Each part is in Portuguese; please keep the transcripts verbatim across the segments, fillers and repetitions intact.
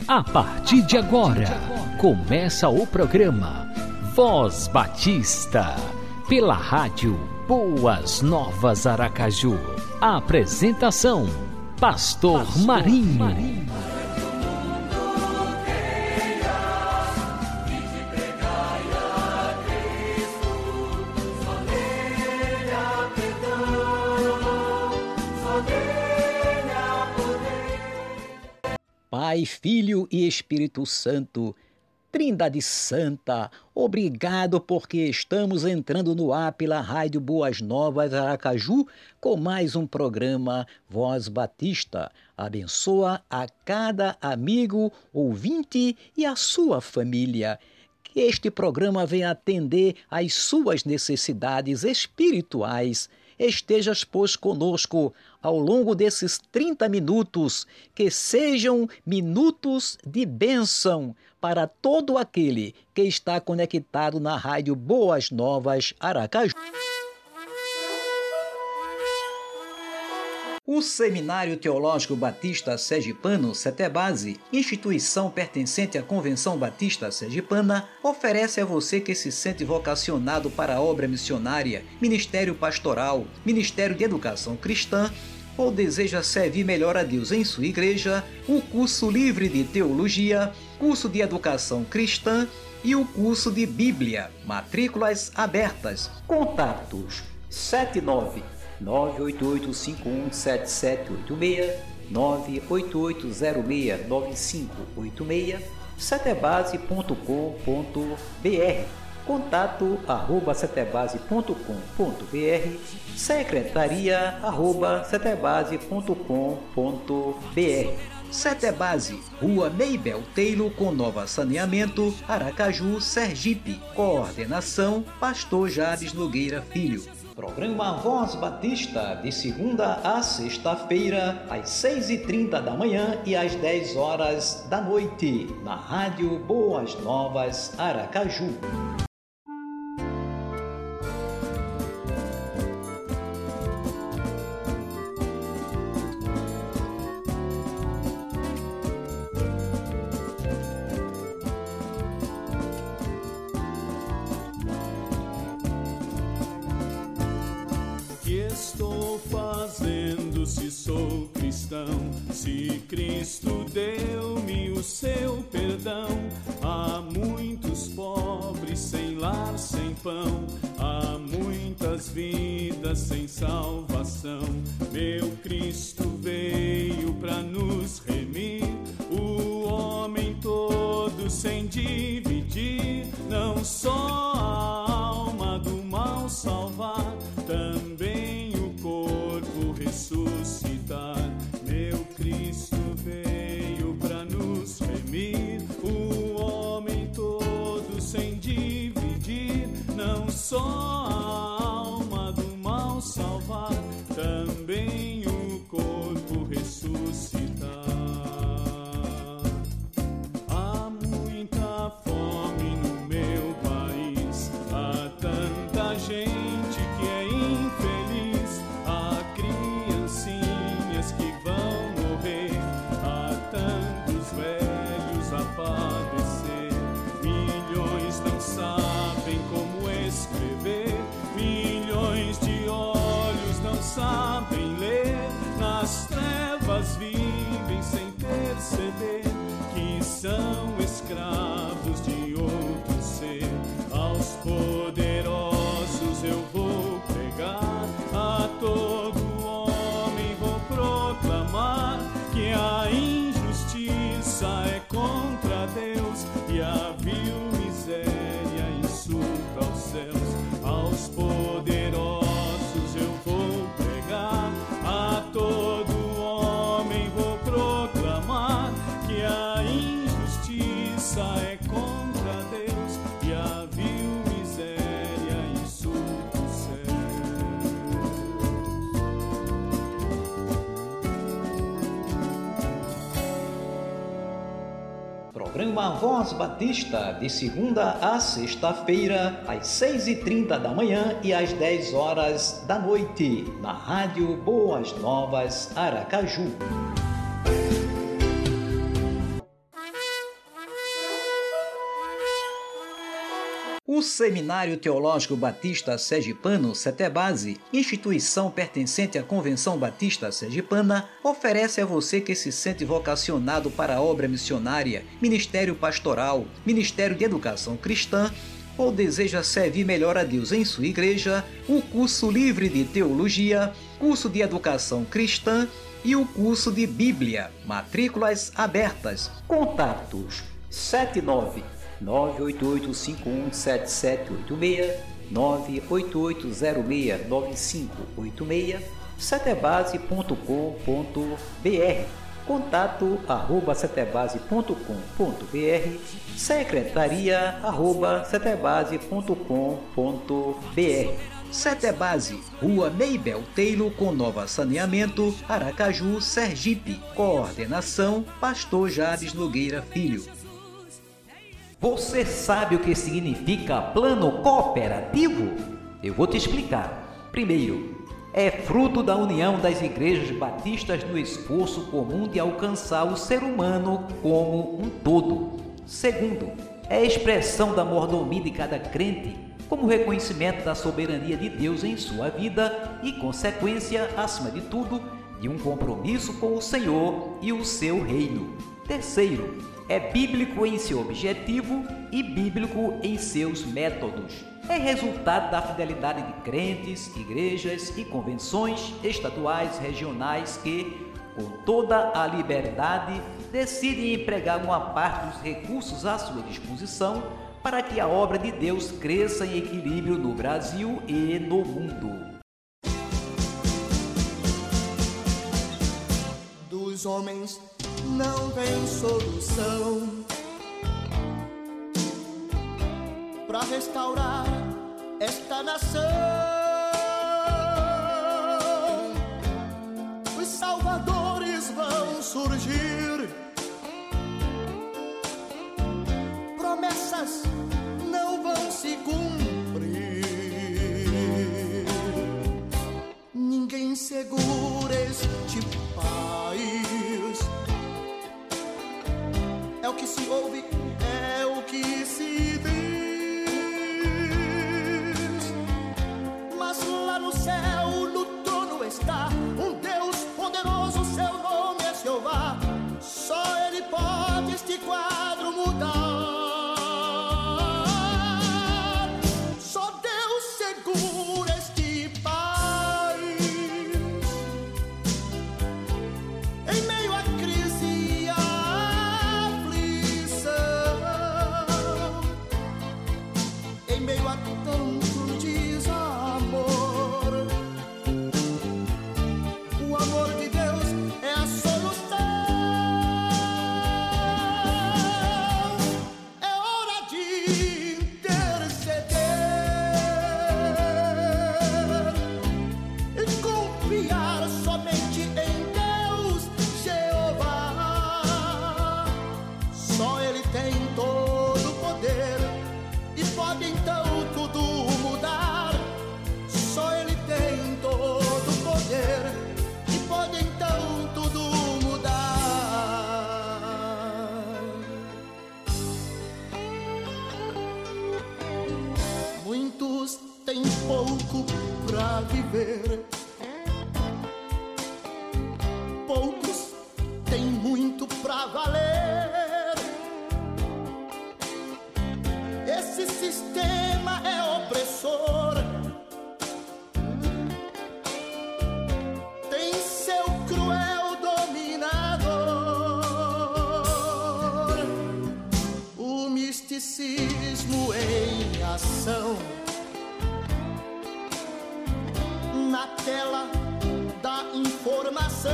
A partir de agora, começa o programa Voz Batista, pela rádio Boas Novas Aracaju. A apresentação, Pastor, Pastor Marinho. Marinho. Pai, Filho e Espírito Santo, Trindade Santa, obrigado porque estamos entrando no ar pela Rádio Boas Novas Aracaju com mais um programa Voz Batista. Abençoa a cada amigo, ouvinte e a sua família. Que este programa venha atender às suas necessidades espirituais. Estejas, pois, conosco ao longo desses trinta minutos, que sejam minutos de bênção para todo aquele que está conectado na Rádio Boas Novas Aracaju. O Seminário Teológico Batista Sergipano, Setebase, instituição pertencente à Convenção Batista Sergipana, oferece a você que se sente vocacionado para a obra missionária, ministério pastoral, ministério de educação cristã, ou deseja servir melhor a Deus em sua igreja, o curso livre de teologia, curso de educação cristã e o curso de Bíblia. Matrículas abertas. Contatos sete nove nove oito oito cinco um sete sete oito seis, nove oito oito zero seis nove cinco oito seis, setebase ponto com ponto br, contato arroba setebase ponto com ponto br, secretaria arroba setebase ponto com ponto br. Setebase, Rua Meibel Taylor com Nova Saneamento, Aracaju, Sergipe. Coordenação, Pastor Jabes Nogueira Filho. Programa Voz Batista, de segunda a sexta-feira, às seis e trinta da manhã e às dez horas da noite, na Rádio Boas Novas Aracaju. Se Cristo deu-me o seu perdão, há muitos pobres sem lar, sem pão, há muitas vidas sem salvação. Meu Cristo veio para nos remir, o homem todo sem dividir, não só a alma do mal salvar, também o corpo ressuscitar. Meu Cristo veio para nos remir, o homem todo sem dividir, não só a alma do mal salvar, também o corpo ressuscitar. Há muita fome no meu país, há tanta gente que é infeliz, há criancinhas que vão morrer, há tantos velhos a padecer, milhões não sabem como escrever, milhões de olhos não sabem ler, nas trevas vivem sem perceber que são escravos de outro ser. Aos poderosos eu vou pregar, a todo homem vou proclamar que a injustiça é contra Deus e a vil miséria insulta aos céus. Aos poderosos eu vou pregar, a todo homem vou proclamar que a injustiça é contra Deus e a vil miséria insulta os céus. Programa Voz Batista, de segunda a sexta-feira, às seis e trinta da manhã e às dez horas da noite, na Rádio Boas Novas Aracaju. O Seminário Teológico Batista Sergipano, SETEBASE, instituição pertencente à Convenção Batista Sergipana, oferece a você que se sente vocacionado para a obra missionária, ministério pastoral, ministério de educação cristã, ou deseja servir melhor a Deus em sua igreja, o curso livre de teologia, curso de educação cristã e o curso de Bíblia. Matrículas abertas. Contatos sete nove nove oito oito cinco um sete sete oito seis, nove oito oito zero seis nove cinco oito seis, setebase ponto com ponto br, contato arroba setebase ponto com ponto br, secretaria arroba setebase ponto com ponto br. SETEBASE, Rua Meibel Taylor com Nova Saneamento, Aracaju, Sergipe. Coordenação, Pastor Jabes Nogueira Filho. Você sabe o que significa plano cooperativo? Eu vou te explicar. Primeiro, é fruto da união das igrejas batistas no esforço comum de alcançar o ser humano como um todo. Segundo, é expressão da mordomia de cada crente, como reconhecimento da soberania de Deus em sua vida e, consequência, acima de tudo, de um compromisso com o Senhor e o seu reino. Terceiro, é bíblico em seu objetivo e bíblico em seus métodos. É resultado da fidelidade de crentes, igrejas e convenções estaduais, regionais que, com toda a liberdade, decidem empregar uma parte dos recursos à sua disposição para que a obra de Deus cresça em equilíbrio no Brasil e no mundo. Dos homens não tem solução para restaurar esta nação. Os salvadores vão surgir, promessas não vão se cumprir. Ninguém segura este país. É o que se ouve, é o que se diz. Mas lá no céu, no trono está um Deus poderoso, seu nome é Jeová. Só Ele pode este quadro mudar. Só Deus segura este país. Em meio à crise e à em meio a tanto desamor, o amor de Deus é a solução. É hora de interceder e confiar somente em Deus, Jeová. Só Ele tem todo o poder e pode então tudo mudar. Só Ele tem todo o poder e pode então tudo mudar. Muitos têm pouco pra viver, poucos têm muito pra valer. Esse sistema é opressor, tem seu cruel dominador. O misticismo em ação, na tela da informação.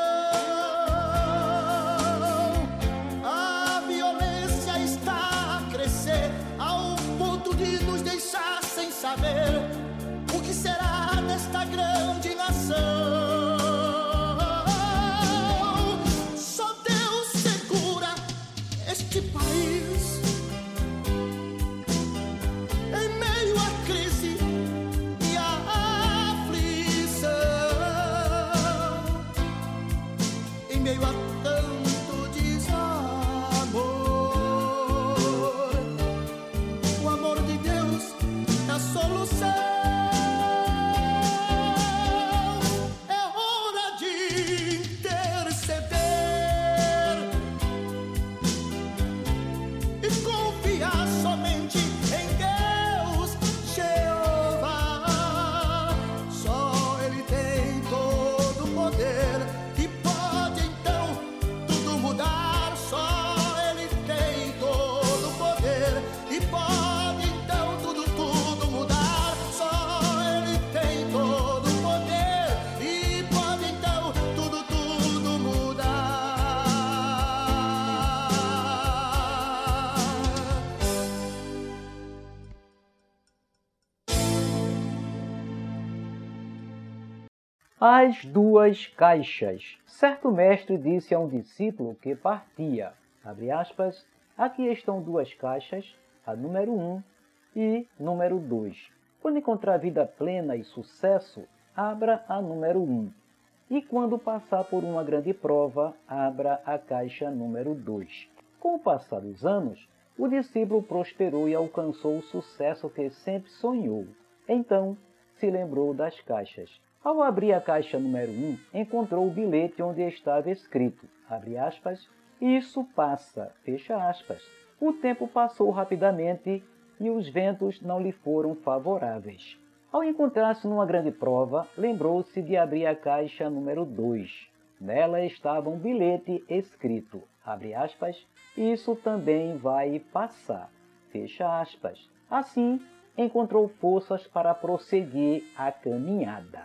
A violência está a crescer ao ponto de nos deixar sem saber o que será desta grande nação. Só Deus segura este país em meio à crise e à aflição, em meio a tanto desamor. O amor de Deus As duas caixas. Certo mestre disse a um discípulo que partia, abre aspas, aqui estão duas caixas, a número um e número dois. Quando encontrar vida plena e sucesso, abra a número um. E quando passar por uma grande prova, abra a caixa número dois. Com o passar dos anos, o discípulo prosperou e alcançou o sucesso que sempre sonhou. Então, se lembrou das caixas. Ao abrir a caixa número um, encontrou o bilhete onde estava escrito, abre aspas, isso passa, fecha aspas. O tempo passou rapidamente e os ventos não lhe foram favoráveis. Ao encontrar-se numa grande prova, lembrou-se de abrir a caixa número dois. Nela estava um bilhete escrito, abre aspas, isso também vai passar, fecha aspas. Assim, encontrou forças para prosseguir a caminhada.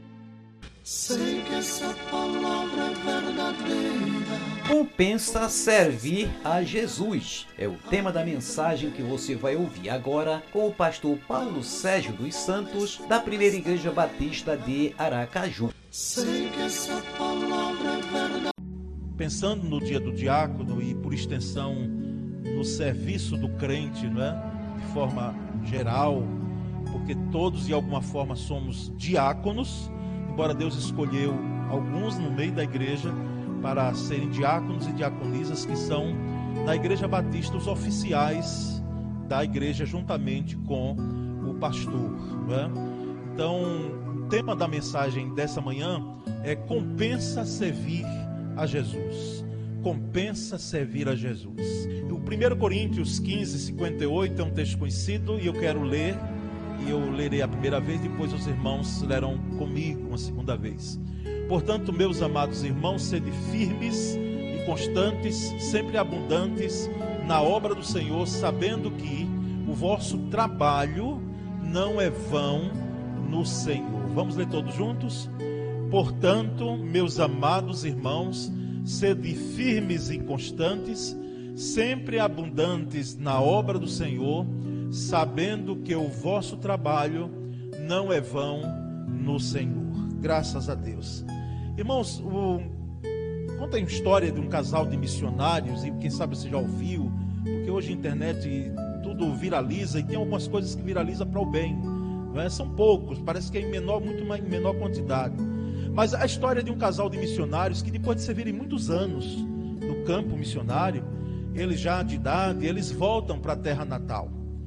Sei que essa palavra é verdadeira. Compensa servir a Jesus. É o tema da mensagem que você vai ouvir agora com o pastor Paulo Sérgio dos Santos, da Primeira Igreja Batista de Aracaju. Sei que essa palavra é verdadeira. Pensando no dia do diácono e, por extensão, no serviço do crente, não é? De forma geral, porque todos de alguma forma somos diáconos, embora Deus escolheu alguns no meio da igreja para serem diáconos e diaconisas, que são na Igreja Batista os oficiais da igreja juntamente com o pastor, não é? Então, o tema da mensagem dessa manhã é compensa servir a Jesus. Compensa servir a Jesus. O primeiro Coríntios quinze, cinquenta e oito é um texto conhecido e eu quero ler, e eu lerei a primeira vez, depois os irmãos lerão comigo uma segunda vez. Portanto, meus amados irmãos, sede firmes e constantes, sempre abundantes na obra do Senhor, sabendo que o vosso trabalho não é vão no Senhor. Vamos ler todos juntos? Portanto, meus amados irmãos, sede firmes e constantes, sempre abundantes na obra do Senhor, sabendo que o vosso trabalho não é vão no Senhor. Graças a Deus. Irmãos, o... conta a história de um casal de missionários, e quem sabe você já ouviu, porque hoje a internet tudo viraliza, e tem algumas coisas que viralizam para o bem, não é? São poucos, parece que é em menor, muito mais, em menor quantidade. Mas a história de um casal de missionários que, depois de servirem muitos anos no campo missionário, eles já de idade, eles voltam para a terra natal.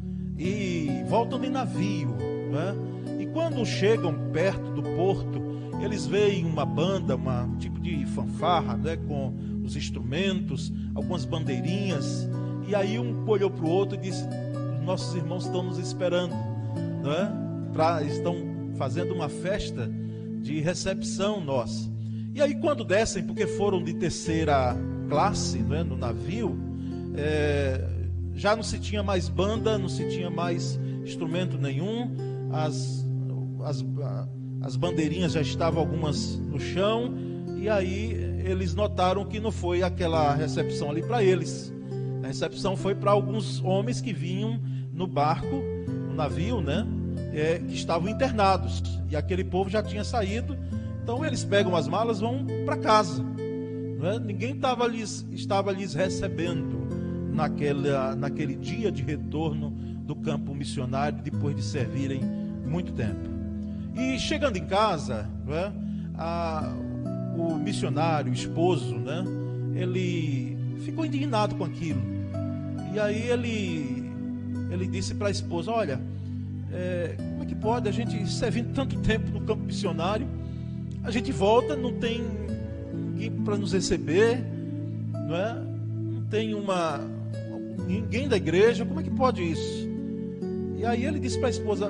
E voltam de navio, né? E quando chegam perto do porto, eles veem uma banda, uma, um tipo de fanfarra, né? Com os instrumentos, algumas bandeirinhas. E aí um olhou para o outro e disse: os nossos irmãos estão nos esperando, né? Pra, estão fazendo uma festa de recepção nossa. E aí quando descem, porque foram de terceira classe, né? No navio, é... já não se tinha mais banda, não se tinha mais instrumento nenhum, as, as, as bandeirinhas já estavam algumas no chão, e aí eles notaram que não foi aquela recepção ali para eles. A recepção foi para alguns homens que vinham no barco, no navio, né? É, que estavam internados, e aquele povo já tinha saído. Então eles pegam as malas e vão para casa, não é? Ninguém tava lhes, estava lhes recebendo Naquele, naquele dia de retorno do campo missionário, depois de servirem muito tempo. E chegando em casa, né, a, o missionário, o esposo, né, ele ficou indignado com aquilo. E aí ele, ele disse para a esposa: olha, é, como é que pode a gente servindo tanto tempo no campo missionário, a gente volta, não tem aqui para nos receber, não é? Não tem uma ninguém da igreja, como é que pode isso? E aí ele disse para a esposa: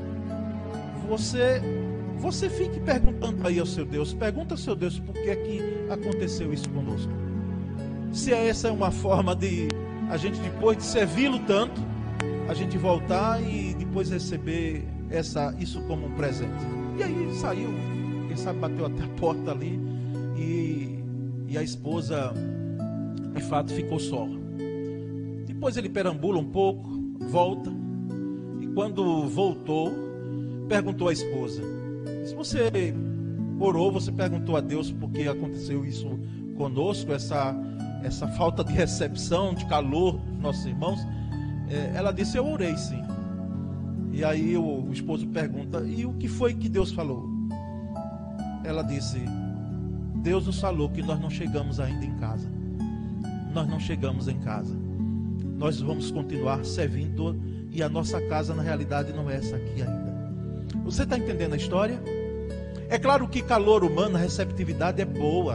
você, você fique perguntando aí ao seu Deus, pergunta ao seu Deus por que é que aconteceu isso conosco. Se essa é uma forma de a gente, depois de servi-lo tanto, a gente voltar e depois receber essa, isso como um presente. E aí saiu, quem sabe bateu até a porta ali, e, e a esposa de fato ficou só. Depois ele perambula um pouco, volta, e quando voltou, perguntou à esposa: se você orou, você perguntou a Deus por que aconteceu isso conosco, essa, essa falta de recepção, de calor dos nossos irmãos? É, ela disse: eu orei sim. E aí o, o esposo pergunta: e o que foi que Deus falou? Ela disse: Deus nos falou que nós não chegamos ainda em casa. Nós não chegamos em casa. Nós vamos continuar servindo, e a nossa casa na realidade não é essa aqui ainda. Você está entendendo a história? É claro que calor humano, receptividade é boa,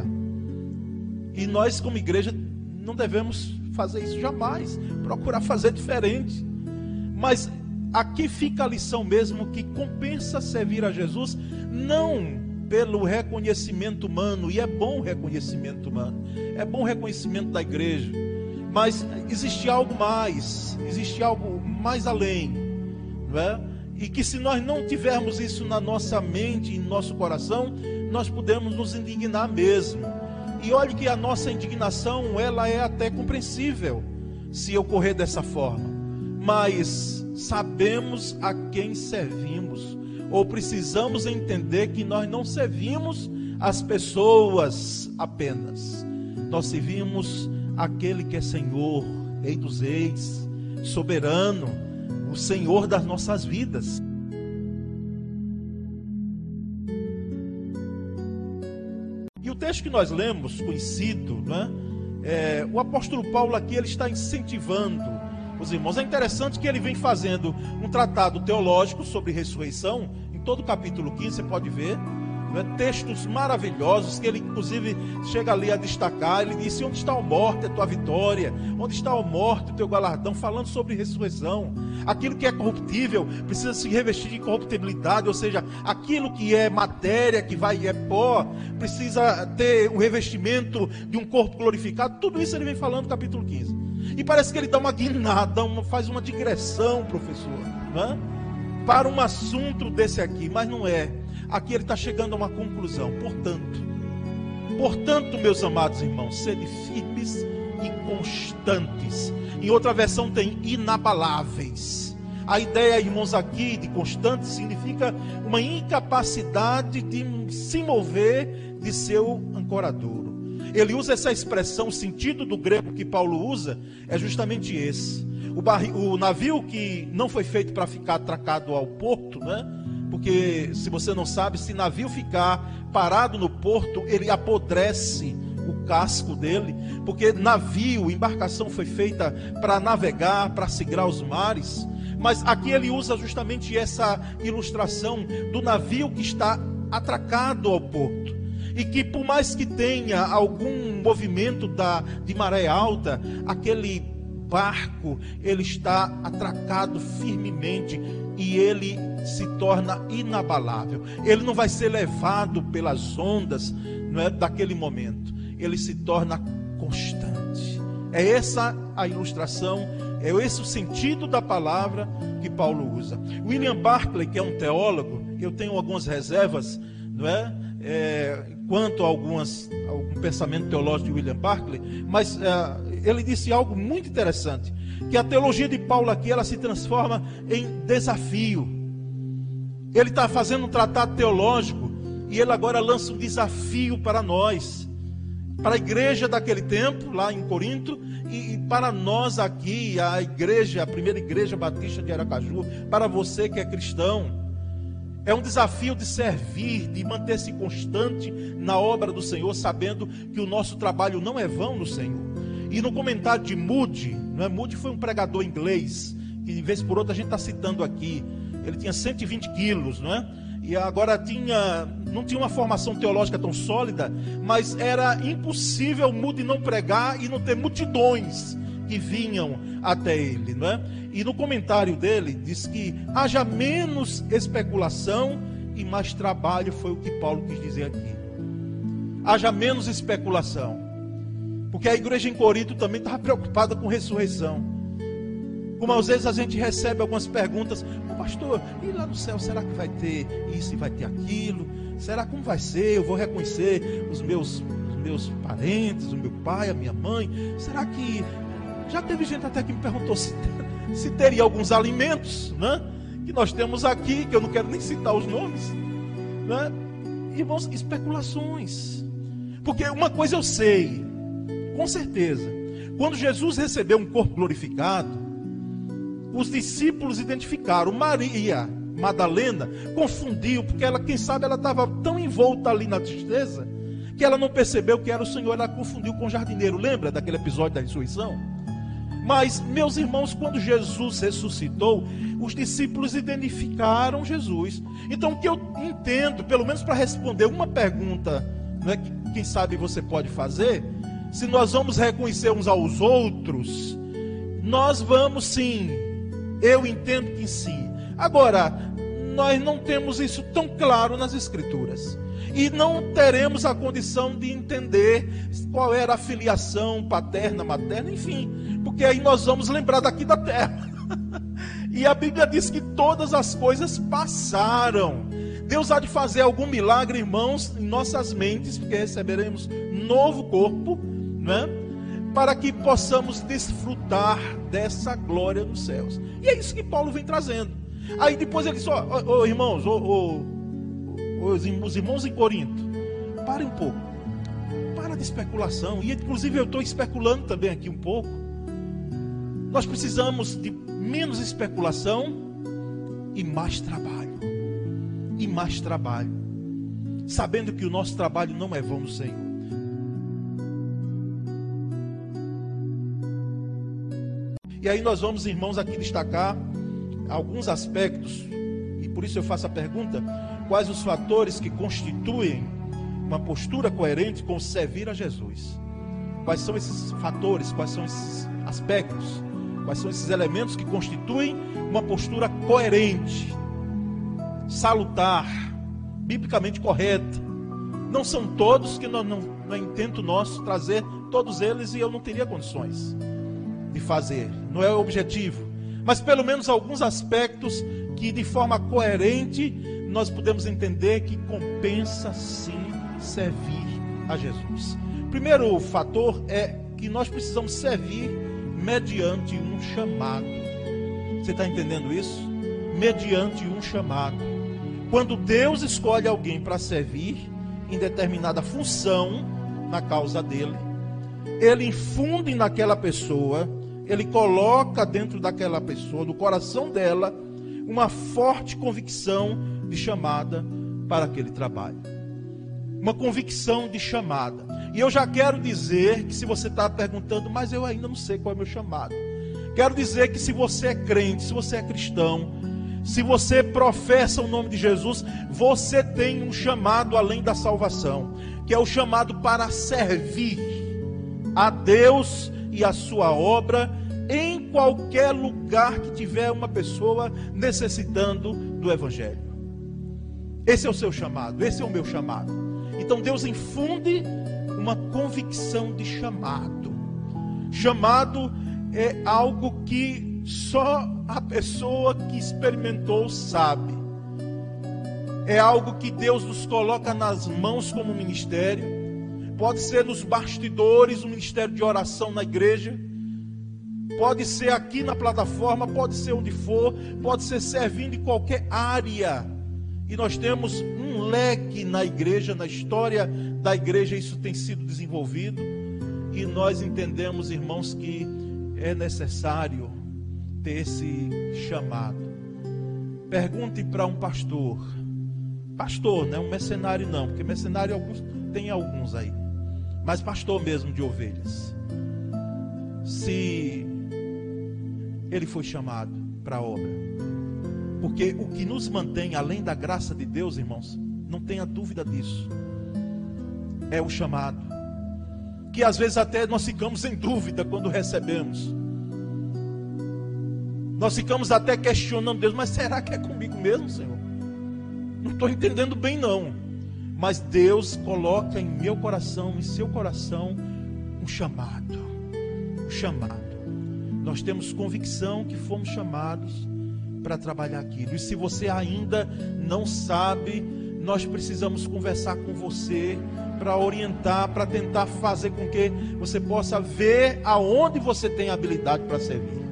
e nós como igreja não devemos fazer isso jamais, procurar fazer diferente. Mas aqui fica a lição mesmo, que compensa servir a Jesus não pelo reconhecimento humano, e é bom o reconhecimento humano, é bom o reconhecimento da igreja, mas existe algo mais, existe algo mais além, não é? E que se nós não tivermos isso na nossa mente e no nosso coração, nós podemos nos indignar mesmo. E olhe que a nossa indignação, ela é até compreensível, se ocorrer dessa forma, mas sabemos a quem servimos, ou precisamos entender que nós não servimos as pessoas apenas, nós servimos aquele que é Senhor, Rei dos Reis, soberano, o Senhor das nossas vidas. E o texto que nós lemos, conhecido, né? É, o apóstolo Paulo aqui, ele está incentivando os irmãos. É interessante que ele vem fazendo um tratado teológico sobre ressurreição, em todo o capítulo quinze, você pode ver, né, textos maravilhosos, que ele inclusive chega ali a destacar. Ele disse: onde está a morte, a tua vitória? Onde está a morte, o teu galardão? Falando sobre ressurreição. Aquilo que é corruptível precisa se revestir de incorruptibilidade, ou seja, aquilo que é matéria, que vai é pó, precisa ter um revestimento de um corpo glorificado. Tudo isso ele vem falando no capítulo quinze. E parece que ele dá uma guinada, uma, faz uma digressão, professor, né, para um assunto desse aqui, mas não é. Aqui ele está chegando a uma conclusão. Portanto, portanto, meus amados irmãos, sede firmes e constantes. Em outra versão tem inabaláveis. A ideia, irmãos, aqui de constante significa uma incapacidade de se mover de seu ancoradouro. Ele usa essa expressão, o sentido do grego que Paulo usa é justamente esse. O, barri, o navio que não foi feito para ficar atracado ao porto, né? Porque, se você não sabe, se navio ficar parado no porto, ele apodrece o casco dele, porque navio, embarcação foi feita para navegar, para sigrar os mares. Mas aqui ele usa justamente essa ilustração do navio que está atracado ao porto, e que por mais que tenha algum movimento da, de maré alta, aquele barco, ele está atracado firmemente, e ele se torna inabalável. Ele não vai ser levado pelas ondas, não é, daquele momento. Ele se torna constante. É essa a ilustração, é esse o sentido da palavra que Paulo usa. William Barclay, que é um teólogo, eu tenho algumas reservas, não é, é quanto a algumas, algum pensamento teológico de William Barclay, mas é, ele disse algo muito interessante, que a teologia de Paulo aqui, ela se transforma em desafio. Ele está fazendo um tratado teológico, e ele agora lança um desafio para nós, para a igreja daquele tempo, lá em Corinto, e, e para nós aqui, a igreja, a primeira igreja batista de Aracaju, para você que é cristão. É um desafio de servir, de manter-se constante na obra do Senhor, sabendo que o nosso trabalho não é vão no Senhor. E no comentário de Moody, não é? Moody foi um pregador inglês, que de vez por outra a gente está citando aqui. Ele tinha cento e vinte quilos, não é? e agora tinha, não tinha uma formação teológica tão sólida, mas era impossível Moody não pregar e não ter multidões que vinham até ele, não é? E no comentário dele diz que haja menos especulação e mais trabalho, foi o que Paulo quis dizer aqui. Haja menos especulação, porque a igreja em Corinto também estava preocupada com ressurreição. Como às vezes a gente recebe algumas perguntas: pastor, e lá no céu, será que vai ter isso e vai ter aquilo? Será como vai ser? Eu vou reconhecer os meus, os meus parentes, o meu pai, a minha mãe? Será que... Já teve gente até que me perguntou se, se teria alguns alimentos, né, que nós temos aqui, que eu não quero nem citar os nomes, né? Irmãos, especulações. Porque uma coisa eu sei, com certeza, quando Jesus recebeu um corpo glorificado, os discípulos identificaram. Maria Madalena confundiu, porque ela, quem sabe, ela estava tão envolta ali na tristeza, que ela não percebeu que era o Senhor. Ela confundiu com o jardineiro. Lembra daquele episódio da ressurreição? Mas, meus irmãos, quando Jesus ressuscitou, os discípulos identificaram Jesus. Então, o que eu entendo, pelo menos para responder uma pergunta, não é, que quem sabe você pode fazer, se nós vamos reconhecer uns aos outros, nós vamos sim. Eu entendo que sim. Agora, nós não temos isso tão claro nas Escrituras. E não teremos a condição de entender qual era a filiação paterna, materna, enfim. Porque aí nós vamos lembrar daqui da terra. E a Bíblia diz que todas as coisas passaram. Deus há de fazer algum milagre, irmãos, em nossas mentes, porque receberemos novo corpo, né? Para que possamos desfrutar dessa glória nos céus. E é isso que Paulo vem trazendo. Aí depois ele diz: ó, oh, oh, irmãos, oh, oh, os irmãos em Corinto, parem um pouco, para de especulação. E inclusive eu estou especulando também aqui um pouco. Nós precisamos de menos especulação e mais trabalho. E mais trabalho, sabendo que o nosso trabalho não é vão no Senhor. E aí nós vamos, irmãos, aqui destacar alguns aspectos, e por isso eu faço a pergunta: quais os fatores que constituem uma postura coerente com servir a Jesus? Quais são esses fatores, quais são esses aspectos, quais são esses elementos que constituem uma postura coerente, salutar, biblicamente correta? Não são todos, que não, não, não é intento nosso trazer todos eles, e eu não teria condições de fazer, não é o objetivo, mas pelo menos alguns aspectos que de forma coerente nós podemos entender que compensa sim servir a Jesus. Primeiro fator é que nós precisamos servir mediante um chamado. Você está entendendo isso? Mediante um chamado. Quando Deus escolhe alguém para servir em determinada função na causa dele, Ele infunde naquela pessoa, Ele coloca dentro daquela pessoa, no coração dela, uma forte convicção de chamada para aquele trabalho. Uma convicção de chamada. E eu já quero dizer que, se você está perguntando, mas eu ainda não sei qual é o meu chamado, quero dizer que se você é crente, se você é cristão, se você professa o nome de Jesus, você tem um chamado além da salvação, que é o chamado para servir a Deus e a sua obra em qualquer lugar que tiver uma pessoa necessitando do Evangelho. Esse é o seu chamado, esse é o meu chamado. Então Deus infunde uma convicção de chamado. Chamado é algo que só a pessoa que experimentou sabe. É algo que Deus nos coloca nas mãos como ministério. Pode ser nos bastidores, o ministério de oração na igreja. Pode ser aqui na plataforma, pode ser onde for, pode ser servindo em qualquer área. E nós temos um leque na igreja, na história da igreja, isso tem sido desenvolvido. E nós entendemos, irmãos, que é necessário ter esse chamado. Pergunte para um pastor. Pastor, não é um mercenário não, porque mercenário alguns, tem alguns aí. Mas pastor mesmo de ovelhas. Se ele foi chamado para a obra. Porque o que nos mantém além da graça de Deus, irmãos, não tenha dúvida disso, é o chamado. Que às vezes até nós ficamos em dúvida quando recebemos. Nós ficamos até questionando Deus, mas será que é comigo mesmo, Senhor? Não estou entendendo bem não. Mas Deus coloca em meu coração, em seu coração, um chamado. Um chamado. Nós temos convicção que fomos chamados para trabalhar aquilo. E se você ainda não sabe, nós precisamos conversar com você para orientar, para tentar fazer com que você possa ver aonde você tem habilidade para servir.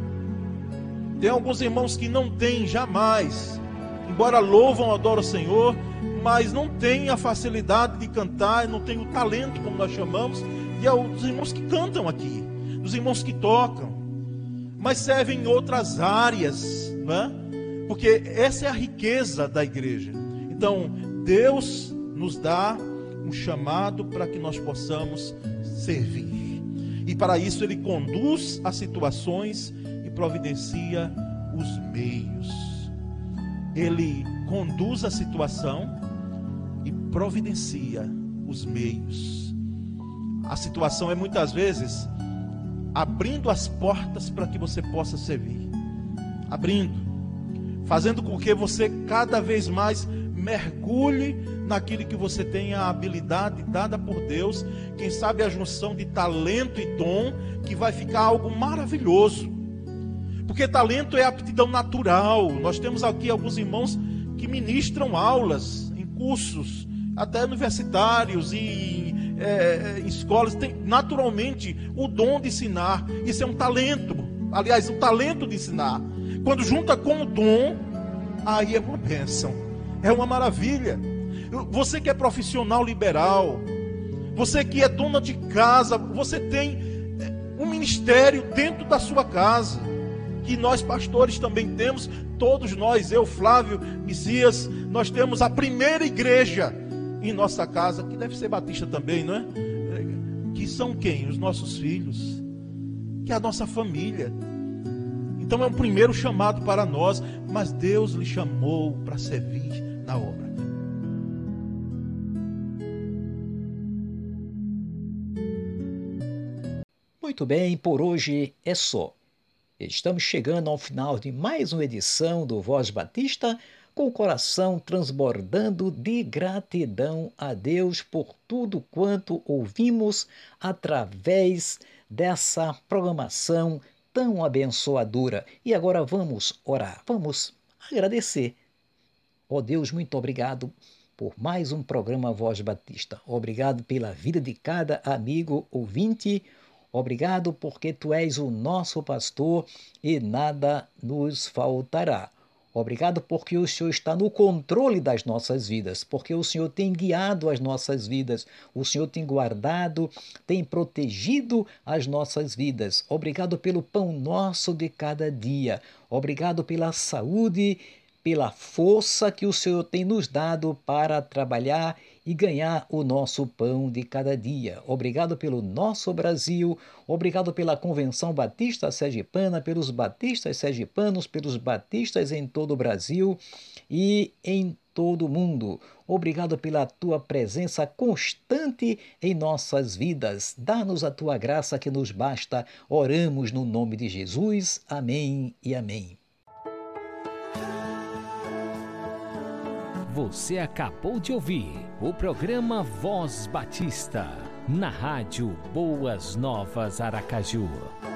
Tem alguns irmãos que não têm jamais, embora louvam, adoram o Senhor, mas não têm a facilidade de cantar, não têm o talento, como nós chamamos, e é os irmãos que cantam aqui, os irmãos que tocam, mas servem em outras áreas, não é? Porque essa é a riqueza da igreja. Então, Deus nos dá um chamado para que nós possamos servir. E para isso Ele conduz as situações e providencia os meios. Ele conduz a situação e providencia os meios. A situação é muitas vezes abrindo as portas para que você possa servir. Abrindo. Fazendo com que você cada vez mais mergulhe naquilo que você tem a habilidade dada por Deus. Quem sabe a junção de talento e dom, que vai ficar algo maravilhoso. Porque talento é aptidão natural. Nós temos aqui alguns irmãos que ministram aulas em cursos, até universitários e é, em escolas. Tem naturalmente o dom de ensinar. Isso é um talento. Aliás, o talento de ensinar. Quando junta com o dom, aí é uma bênção. É uma maravilha. Você que é profissional liberal, você que é dona de casa, você tem um ministério dentro da sua casa, que nós pastores também temos, todos nós, eu, Flávio, Messias, nós temos a primeira igreja em nossa casa, que deve ser batista também, não é? Que são quem? Os nossos filhos, que é a nossa família. Então é um primeiro chamado para nós, mas Deus lhe chamou para servir na obra. Muito bem, por hoje é só. Estamos chegando ao final de mais uma edição do Voz Batista, com o coração transbordando de gratidão a Deus por tudo quanto ouvimos através dessa programação tão abençoadora. E agora vamos orar, vamos agradecer. Ó Deus, muito obrigado por mais um programa Voz Batista. Obrigado pela vida de cada amigo ouvinte. Obrigado porque Tu és o nosso pastor e nada nos faltará. Obrigado porque o Senhor está no controle das nossas vidas, porque o Senhor tem guiado as nossas vidas, o Senhor tem guardado, tem protegido as nossas vidas. Obrigado pelo pão nosso de cada dia. Obrigado pela saúde, pela força que o Senhor tem nos dado para trabalhar e ganhar o nosso pão de cada dia. Obrigado pelo nosso Brasil, obrigado pela Convenção Batista Sergipana, pelos batistas sergipanos, pelos batistas em todo o Brasil e em todo o mundo. Obrigado pela Tua presença constante em nossas vidas. Dá-nos a Tua graça que nos basta. Oramos no nome de Jesus. Amém e amém. Você acabou de ouvir o programa Voz Batista, na rádio Boas Novas Aracaju.